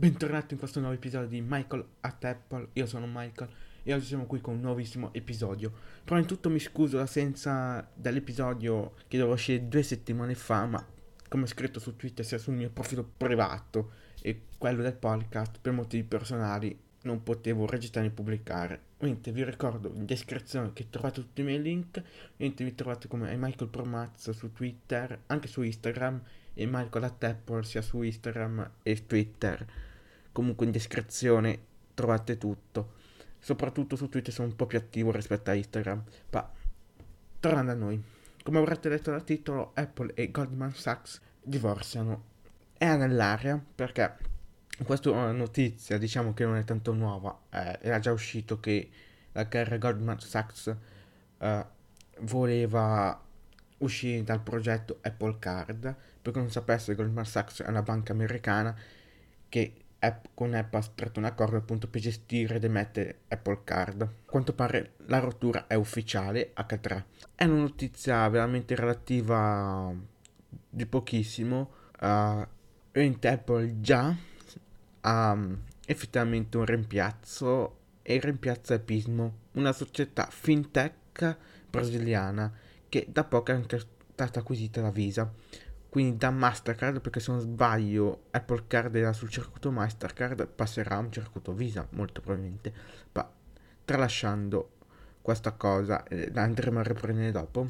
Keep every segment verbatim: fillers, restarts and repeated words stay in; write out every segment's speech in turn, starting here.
Bentornati in questo nuovo episodio di Michael at Apple. Io sono Michael e oggi siamo qui con un nuovissimo episodio. Prima di tutto mi scuso l'assenza dell'episodio che dovevo uscire due settimane fa, ma come ho scritto su Twitter sia sul mio profilo privato e quello del podcast, per motivi personali non potevo registrare e pubblicare. Niente, vi ricordo in descrizione che trovate tutti i miei link. Niente, vi trovate come Michael Promazzo su Twitter, anche su Instagram, e Michael at Apple sia su Instagram e Twitter. Comunque in descrizione trovate tutto. Soprattutto su Twitter sono un po' più attivo rispetto a Instagram. Ma tornando a noi, come avrete letto dal titolo, Apple e Goldman Sachs divorziano. È nell'aria perché questa notizia diciamo che non è tanto nuova, eh, era già uscito che la carriera Goldman Sachs eh, voleva uscire dal progetto Apple Card. Per chi non sapesse, Goldman Sachs è una banca americana che App, con Apple ha stretto un accordo appunto per gestire ed emettere Apple Card. A quanto pare la rottura è ufficiale, acca tre. È una notizia veramente relativa di pochissimo. Uh, Apple già ha um, effettivamente un rimpiazzo, e il rimpiazzo è Pismo, una società fintech brasiliana che da poco è anche stata acquisita da Visa, quindi da Mastercard, perché se non sbaglio Apple Card era sul circuito Mastercard, passerà a un circuito Visa molto probabilmente. Ma tralasciando questa cosa, eh, la andremo a riprendere dopo.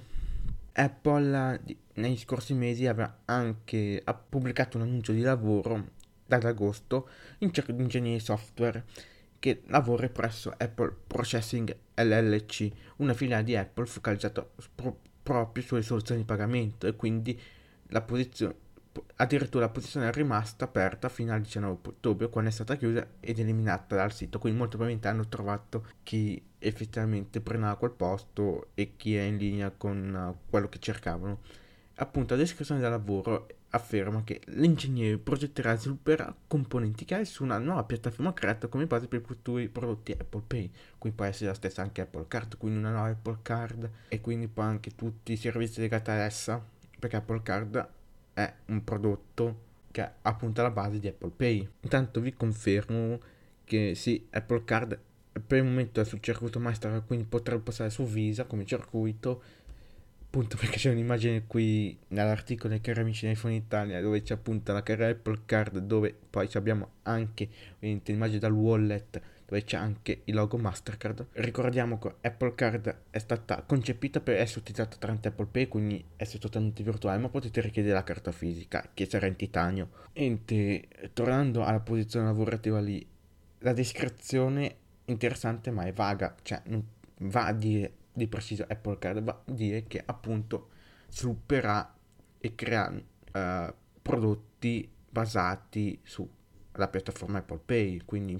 Apple negli scorsi mesi aveva anche ha pubblicato un annuncio di lavoro ad agosto in cerca di ingegneri software che lavora presso Apple Processing L L C, una filiale di Apple focalizzata pro- proprio sulle soluzioni di pagamento, e quindi la posizione, addirittura la posizione è rimasta aperta fino al diciannove ottobre, quando è stata chiusa ed eliminata dal sito. Quindi molto probabilmente hanno trovato chi effettivamente prendeva quel posto e chi è in linea con uh, quello che cercavano. Appunto, la descrizione del lavoro afferma che l'ingegnere progetterà e svilupperà componenti chiave su una nuova piattaforma creata come base per i futuri prodotti Apple Pay, quindi può essere la stessa anche Apple Card, quindi una nuova Apple Card, e quindi poi anche tutti i servizi legati ad essa, perché Apple Card è un prodotto che è appunto alla base di Apple Pay. Intanto vi confermo che sì, Apple Card per il momento è sul circuito Master, quindi potrebbe passare su Visa come circuito, appunto perché c'è un'immagine qui nell'articolo dei cari amici di iPhone Italia dove c'è appunto la carriera Apple Card, dove poi abbiamo anche l'immagine dal wallet dove c'è anche il logo Mastercard. Ricordiamo che Apple Card è stata concepita per essere utilizzata tramite Apple Pay, quindi essere totalmente virtuale, ma potete richiedere la carta fisica che sarà in titanio. Ente, tornando alla posizione lavorativa lì, la descrizione interessante ma è vaga, cioè non va a dire di preciso Apple Card, va a dire che appunto svilupperà e creerà uh, prodotti basati sulla piattaforma Apple Pay, quindi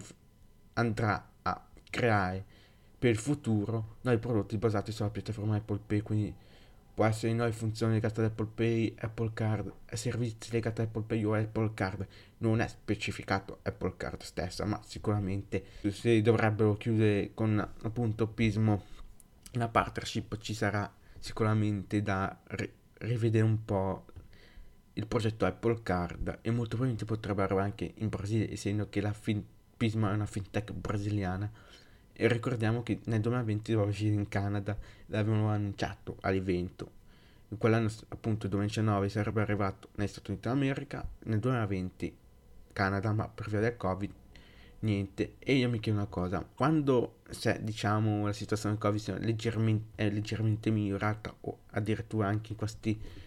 andrà a creare per il futuro nuovi prodotti basati sulla piattaforma Apple Pay, quindi può essere nuove funzioni legate ad Apple Pay, Apple Card, servizi legati ad Apple Pay o Apple Card. Non è specificato Apple Card stessa, ma sicuramente si dovrebbero chiudere con appunto Pismo una partnership, ci sarà sicuramente da ri- rivedere un po' il progetto Apple Card, e molto probabilmente potrebbe arrivare anche in Brasile, essendo che la fin- Pismo è una fintech brasiliana. E ricordiamo che nel duemilaventi doveva uscire in Canada, l'avevano annunciato all'evento. In quell'anno, appunto, duemiladiciannove, sarebbe arrivato negli Stati Uniti d'America, nel duemilaventi Canada, ma per via del Covid niente. E io mi chiedo una cosa: quando se diciamo la situazione Covid è leggermente, è leggermente migliorata, o addirittura anche in questi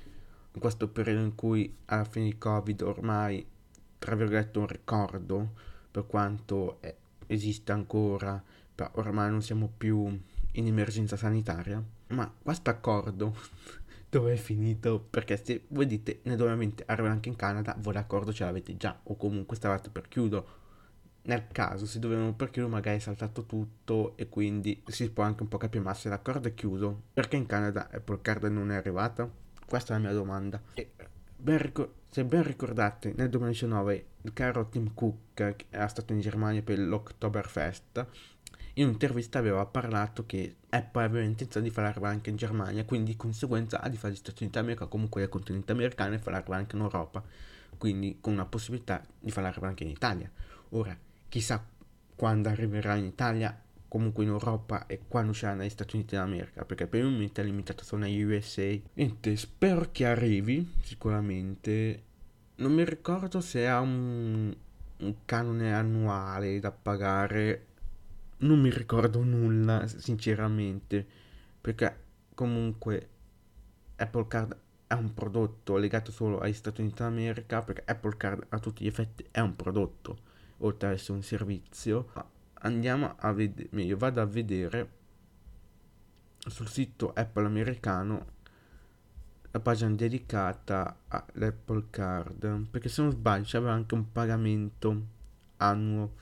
in questo periodo in cui alla fine di Covid ormai tra virgolette un ricordo, per quanto è, esiste ancora, però ormai non siamo più in emergenza sanitaria, ma questo accordo dove è finito? Perché se voi dite nel duemilaventi arriva anche in Canada, voi l'accordo ce l'avete già, o comunque stavate per chiuderlo. Nel caso se dovevano per chiudere magari è saltato tutto, e quindi si può anche un po' capire, ma se l'accordo è chiuso perché in Canada Apple Card non è arrivata? Questa è la mia domanda. E ben ricor- se ben ricordate, nel duemiladiciannove il caro Tim Cook, che era stato in Germania per l'Oktoberfest, in un'intervista aveva parlato che Apple aveva intenzione di farla arrivare anche in Germania, quindi di conseguenza ha di fare gli Stati Uniti d'America, comunque il continente americano, e farla arrivare anche in Europa. quindi con una possibilità di farla arrivare anche in Italia. Ora, chissà quando arriverà in Italia, comunque in Europa, e quando uscirà negli Stati Uniti d'America, perché per il momento è limitata solo negli U S A. Niente, spero che arrivi, sicuramente. Non mi ricordo se ha un, un canone annuale da pagare, non mi ricordo nulla, sinceramente, perché comunque Apple Card è un prodotto legato solo agli Stati Uniti d'America, perché Apple Card a tutti gli effetti è un prodotto, oltre ad essere un servizio. Andiamo a vedere, meglio vado a vedere sul sito Apple americano la pagina dedicata all'Apple Card, perché se non sbaglio c'aveva anche un pagamento annuo.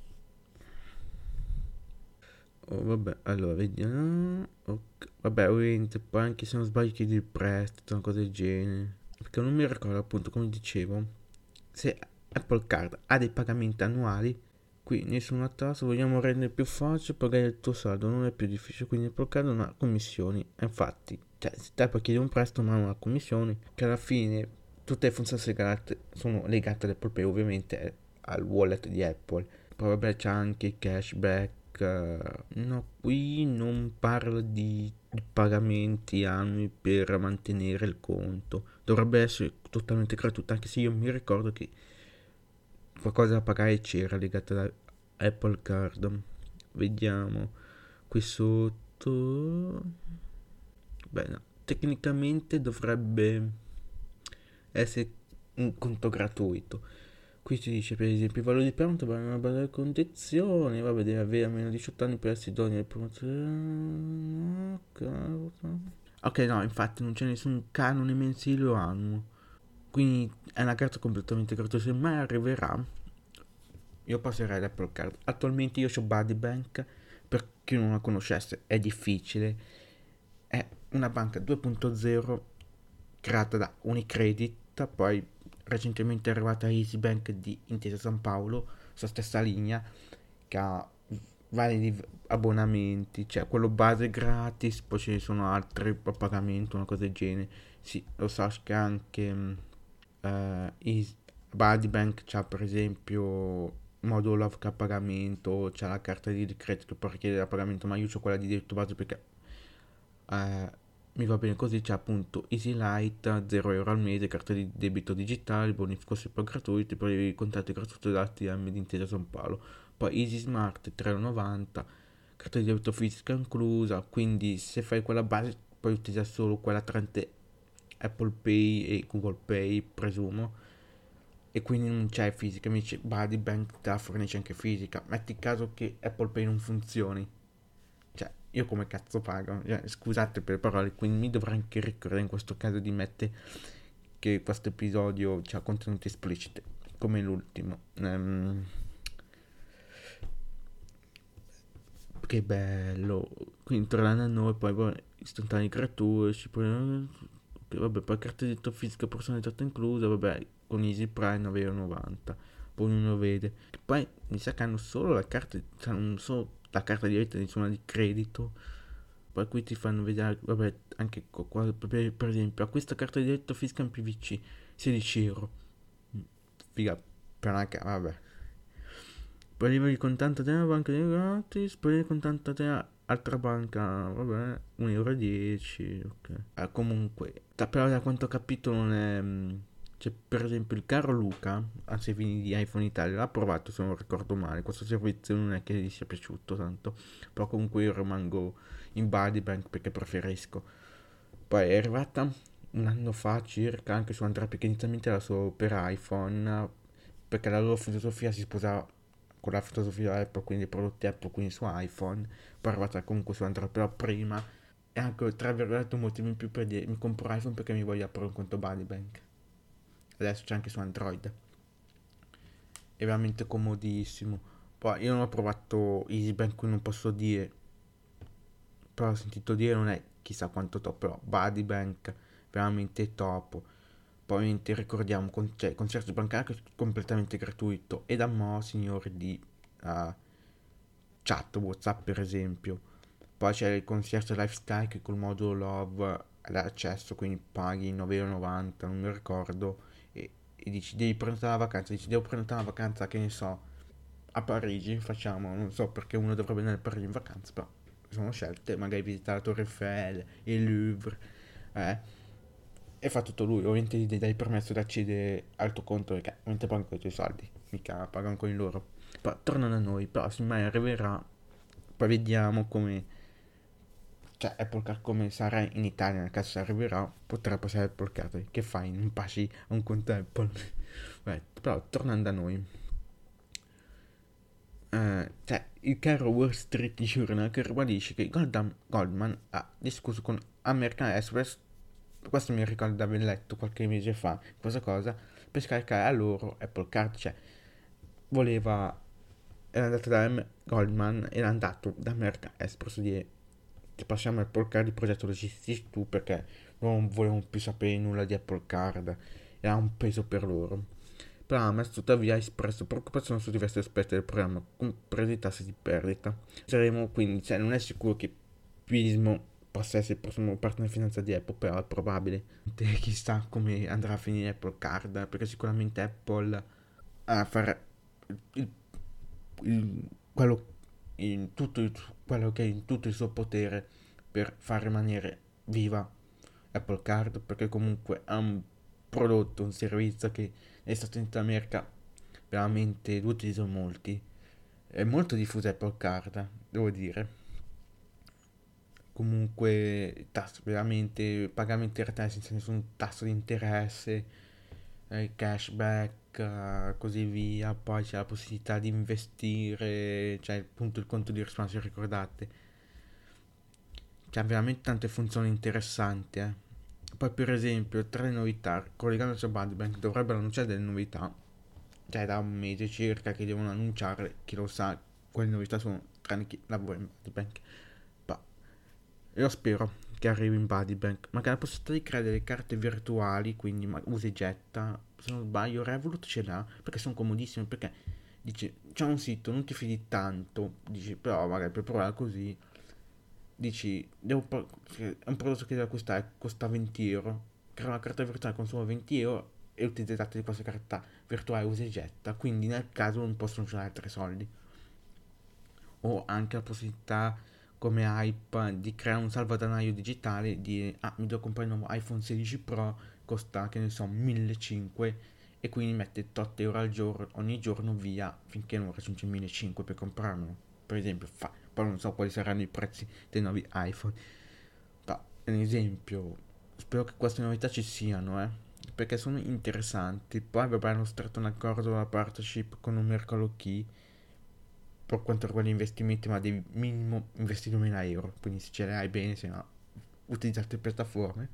Oh, vabbè, allora vediamo. Ok, vabbè, ovviamente poi anche se non sbaglio chiedi il prestito, una cosa del genere. Perché non mi ricordo, appunto, come dicevo, se Apple Card ha dei pagamenti annuali, qui nessuna tassa, vogliamo rendere più facile pagare il tuo saldo, non è più difficile, quindi Apple Card non ha commissioni. E infatti, cioè, se te poi chiedi un prestito ma non ha commissioni, che alla fine tutte le funzioni legate, sono legate all'Apple Pay, ovviamente al wallet di Apple. Poi vabbè c'è anche il cashback. No, qui non parla di, di pagamenti annui per mantenere il conto. Dovrebbe essere totalmente gratuito, anche se io mi ricordo che qualcosa da pagare c'era legato alla Apple Card. Vediamo qui sotto. Beh, no, tecnicamente dovrebbe essere un conto gratuito. Qui ci dice per esempio i valori di prenoto vanno una base di condizioni, vabbè deve avere almeno diciotto anni per essere idoneo alle promozioni. Ok, no, infatti non c'è nessun canone mensile o annuo. Quindi è una carta completamente gratuita, se mai arriverà io passerei l'Apple Card. Attualmente io ho Buddy Bank, per chi non la conoscesse è difficile, è una banca due punto zero creata da Unicredit, poi recentemente è arrivata EasyBank di Intesa San Paolo, sulla stessa linea, che ha vari abbonamenti, cioè quello base gratis, poi ce ne sono altri a pagamento, una cosa del genere. Sì, lo so che anche uh, Easy, Buddy Bank c'ha per esempio modulo a pagamento, c'è la carta di credito per richiedere a pagamento, ma io ho quella di debito base perché eh, mi va bene così. C'è appunto Easy Light, zero euro al mese, carta di debito digitale, bonifico sempre gratuiti, poi i contatti gratuiti dall'A T M di Intesa San Paolo, poi Easy Smart tre euro e novanta, carta di debito fisica inclusa, quindi se fai quella base puoi utilizzare solo quella tramite Apple Pay e Google Pay, presumo, e quindi non c'è fisica. Mi dice Buddy Bank te la fornisce anche fisica. Metti caso che Apple Pay non funzioni, cioè io come cazzo pago? Cioè, scusate per le parole, quindi mi dovrò anche ricordare in questo caso di mettere che questo episodio ha contenuti espliciti come l'ultimo. Um, che bello. Quindi tornando a noi, poi boh, istantanei gratuiti, poi che vabbè, poi carta di detto fisica personalizzata inclusa, vabbè, con Easy Prime nove euro e novanta, poi ognuno vede. Che poi mi sa che hanno solo la carta, cioè non solo la carta diretta, insomma, di credito. Poi qui ti fanno vedere, vabbè, anche qua, per, per esempio, a questa carta di debito fisca in P V C, sedici euro. Figa, per una ca- vabbè. Poi arriva il contante della banca dei gratis, poi il contante della altra banca, vabbè, un euro e dieci, ok. Eh, comunque, da, però da quanto ho capito non è... mh, C'è per esempio il caro Luca, a fini di iPhone Italia, l'ha provato se non ricordo male, questo servizio non è che gli sia piaciuto tanto, però comunque io rimango in Buddy Bank perché preferisco. Poi è arrivata un anno fa circa anche su Android, perché inizialmente era solo per iPhone, perché la loro filosofia si sposava con la filosofia Apple, quindi i prodotti Apple, quindi su iPhone. Poi è arrivata comunque su Android, però prima, e anche tra virgolette un motivo in più per dire mi compro iPhone perché mi voglio aprire un conto Buddy Bank. Adesso c'è anche su Android, è veramente comodissimo. Poi io non ho provato EasyBank, quindi non posso dire, però ho sentito dire non è chissà quanto top, però Buddy Bank veramente top. Poi ovviamente ricordiamo con, cioè, concerto bancario completamente gratuito, e da mo' signori di uh, chat WhatsApp per esempio. Poi c'è il concierto lifestyle che col modulo Love l'ha accesso, quindi paghi nove euro e novanta, non mi ricordo, e e dici devi prenotare la vacanza, dici devo prenotare una vacanza che ne so a Parigi, facciamo, non so perché uno dovrebbe andare a Parigi in vacanza, però sono scelte, magari visitare la Torre Eiffel, il Louvre, eh, e fa tutto lui, ovviamente gli dai permesso di accedere al tuo conto perché ovviamente pagano con i tuoi soldi, mica pagano con i loro. Poi tornano a noi, però se mai arriverà, poi vediamo come, cioè Apple Card come sarà in Italia nel caso se arriverà, potrà passare Apple Card, che fai? Non passi a un conto Apple. Beh, però tornando a noi, eh, cioè, il caro Wall Street Journal che ribadisce che Goldman, Goldman ha discusso con American Express, questo mi ricordo di aver letto qualche mese fa, questa cosa, per scaricare a loro Apple Card, cioè voleva, era andato da M- Goldman, era andato da American Express di ti passiamo Apple Card, il progetto lo gestisti tu perché non volevano più sapere nulla di Apple Card, era un peso per loro. Però Ames tuttavia ha espresso preoccupazione su diversi aspetti del programma, compresi i tassi di perdita. Saremo quindi, cioè non è sicuro che Pismo possa essere il prossimo partner finanziario di Apple, però è probabile. Chissà come andrà a finire Apple Card, perché sicuramente Apple a fare il, il, quello, in tutto il, quello che è in tutto il suo potere per far rimanere viva Apple Card, perché comunque è un prodotto, un servizio che negli Stati Uniti d'America veramente lo utilizzano molti. È molto diffusa Apple Card, devo dire. Comunque, tasso veramente pagamenti in realtà senza nessun tasso di interesse, eh, cashback, eh, così via. Poi c'è la possibilità di investire, c'è appunto il conto di risparmio, se ricordate. C'ha veramente tante funzioni interessanti, eh. Poi per esempio, tra le novità, collegandosi a Buddybank, dovrebbero annunciare delle novità, cioè da un mese circa che devono annunciare, chi lo sa, quelle novità sono, tranne chi lavora in Buddybank. Ma io spero che arrivi in Buddybank, magari la possibilità di creare delle carte virtuali, quindi ma- usa e getta, se non sbaglio Revolut ce l'ha, perché sono comodissime, perché dice, c'è un sito, non ti fidi tanto, dici, però magari per provare così, dici, devo pa- è un prodotto che devo acquistare, costa venti euro, crea una carta virtuale, consuma venti euro e utilizza i dati di questa carta virtuale usa e getta, quindi nel caso non possono usare altri soldi. O anche la possibilità come Hype di creare un salvadanaio digitale di ah mi devo comprare il nuovo iPhone sedici Pro, costa che ne so millecinquecento e quindi mette otto euro al giorno ogni giorno via finché non raggiunge millecinquecento per comprarlo, per esempio. Fa, poi non so quali saranno i prezzi dei nuovi iPhone, ma è un esempio. Spero che queste novità ci siano, eh, perché sono interessanti. Poi vabbè hanno stretto un accordo, la partnership con un Mercado Key per quanto riguarda gli investimenti, ma devi minimo investire duemila euro, quindi se ce le hai bene, se no utilizza altre piattaforme.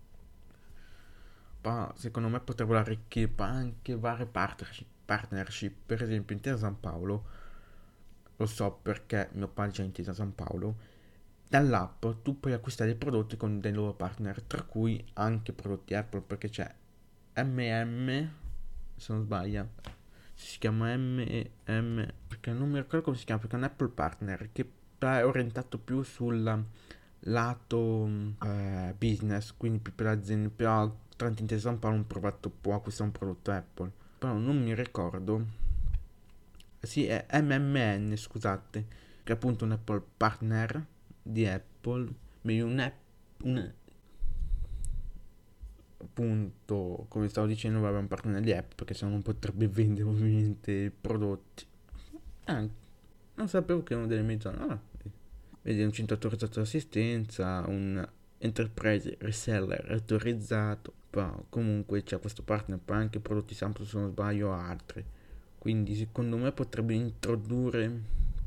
Ma secondo me potrebbero arricchire anche varie partnership, partnership. Per esempio Intesa San Paolo, lo so perché mio padre già Intesa San Paolo, dall'app tu puoi acquistare dei prodotti con dei loro partner, tra cui anche prodotti Apple, perché c'è M M, se non sbaglio, si chiama M M, perché non mi ricordo come si chiama, perché è un Apple Partner che è orientato più sul lato eh, business, quindi più per aziende, però tramite Intesa San Paolo un provato può acquistare un prodotto Apple, però non mi ricordo. Sì, è M M N, scusate, che è appunto un Apple Partner di Apple, quindi un, app, un appunto, come stavo dicendo, aveva un partner di Apple perché sennò non potrebbe vendere ovviamente prodotti. Ah, non sapevo che erano delle mezzane. Ah, vedi, un centro autorizzato d'assistenza, un enterprise reseller autorizzato. Poi comunque c'è questo partner, poi anche prodotti Samsung se non sbaglio altri. Quindi secondo me potrebbe introdurre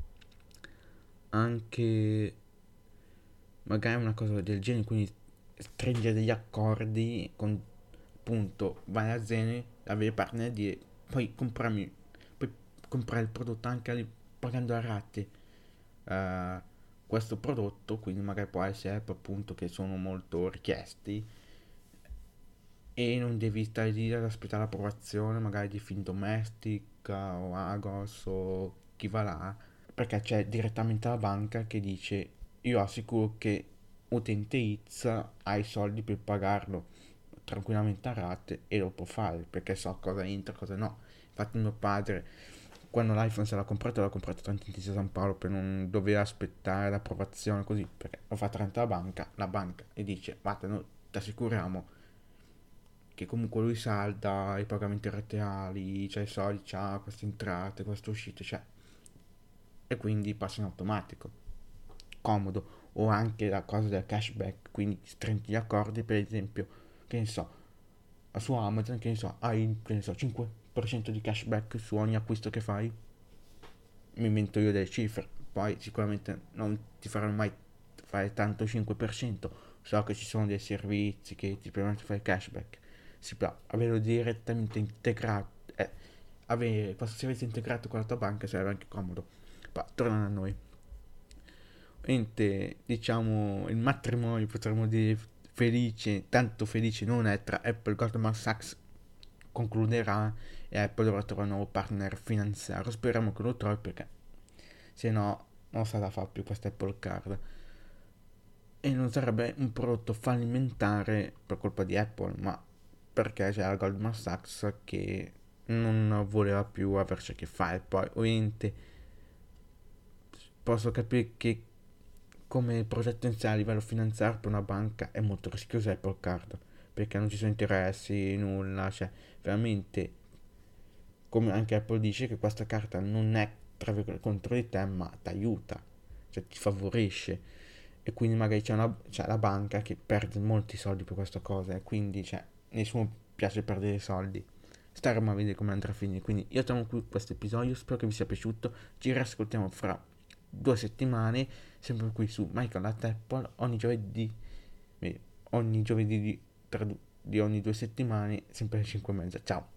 anche magari una cosa del genere, quindi stringere degli accordi con appunto varie aziende, avere partner di poi comprarmi, poi comprare il prodotto anche lì, pagando a rate eh, questo prodotto, quindi magari può essere app appunto che sono molto richiesti e non devi stare lì ad aspettare l'approvazione magari di Findomestic o Agos o chi va là, perché c'è direttamente la banca che dice io assicuro che utente X ha i soldi per pagarlo, tranquillamente a rate e lo può fare perché so cosa entra, cosa no. Infatti mio padre, quando l'iPhone se l'ha comprato, l'ha comprato tanto in Intesa San Paolo per non dover aspettare l'approvazione così, perché lo fa tramite la banca, la banca e dice guarda, noi ti assicuriamo che comunque lui salda i pagamenti reali, c'ha i soldi, c'ha queste entrate, queste uscite, cioè, e quindi passa in automatico, comodo. O anche la cosa del cashback, quindi stretti gli accordi, per esempio, che ne so, su Amazon, che ne so, hai, che ne so, cinque per cento di cashback su ogni acquisto che fai, mi invento io delle cifre, poi sicuramente non ti faranno mai fare tanto cinque per cento, so che ci sono dei servizi che ti permettono di fare cashback, si può averlo direttamente integrato, eh, avere questo servizio integrato con la tua banca sarebbe anche comodo. Ma tornando a noi, Ente, diciamo, il matrimonio potremmo dire felice, tanto felice non è, tra Apple e Goldman Sachs concluderà e Apple dovrà trovare un nuovo partner finanziario. Speriamo che lo trovi perché se no non se la fa più questa Apple Card. E non sarebbe un prodotto fallimentare per colpa di Apple, ma perché c'era Goldman Sachs che non voleva più averci a che fare. Poi ovviamente posso capire che come progetto in sé a livello finanziario per una banca è molto rischioso Apple Card perché non ci sono interessi, nulla, cioè veramente come anche Apple dice che questa carta non è tra virgolette contro di te ma ti aiuta, cioè ti favorisce e quindi magari c'è, una, c'è la banca che perde molti soldi per questa cosa e quindi cioè, nessuno piace perdere soldi. Staremo a vedere come andrà a finire, quindi io termino qui questo episodio, spero che vi sia piaciuto, ci riascoltiamo fra due settimane sempre qui su Michael at Apple ogni giovedì ogni giovedì di, di ogni due settimane sempre alle cinque e mezza. Ciao.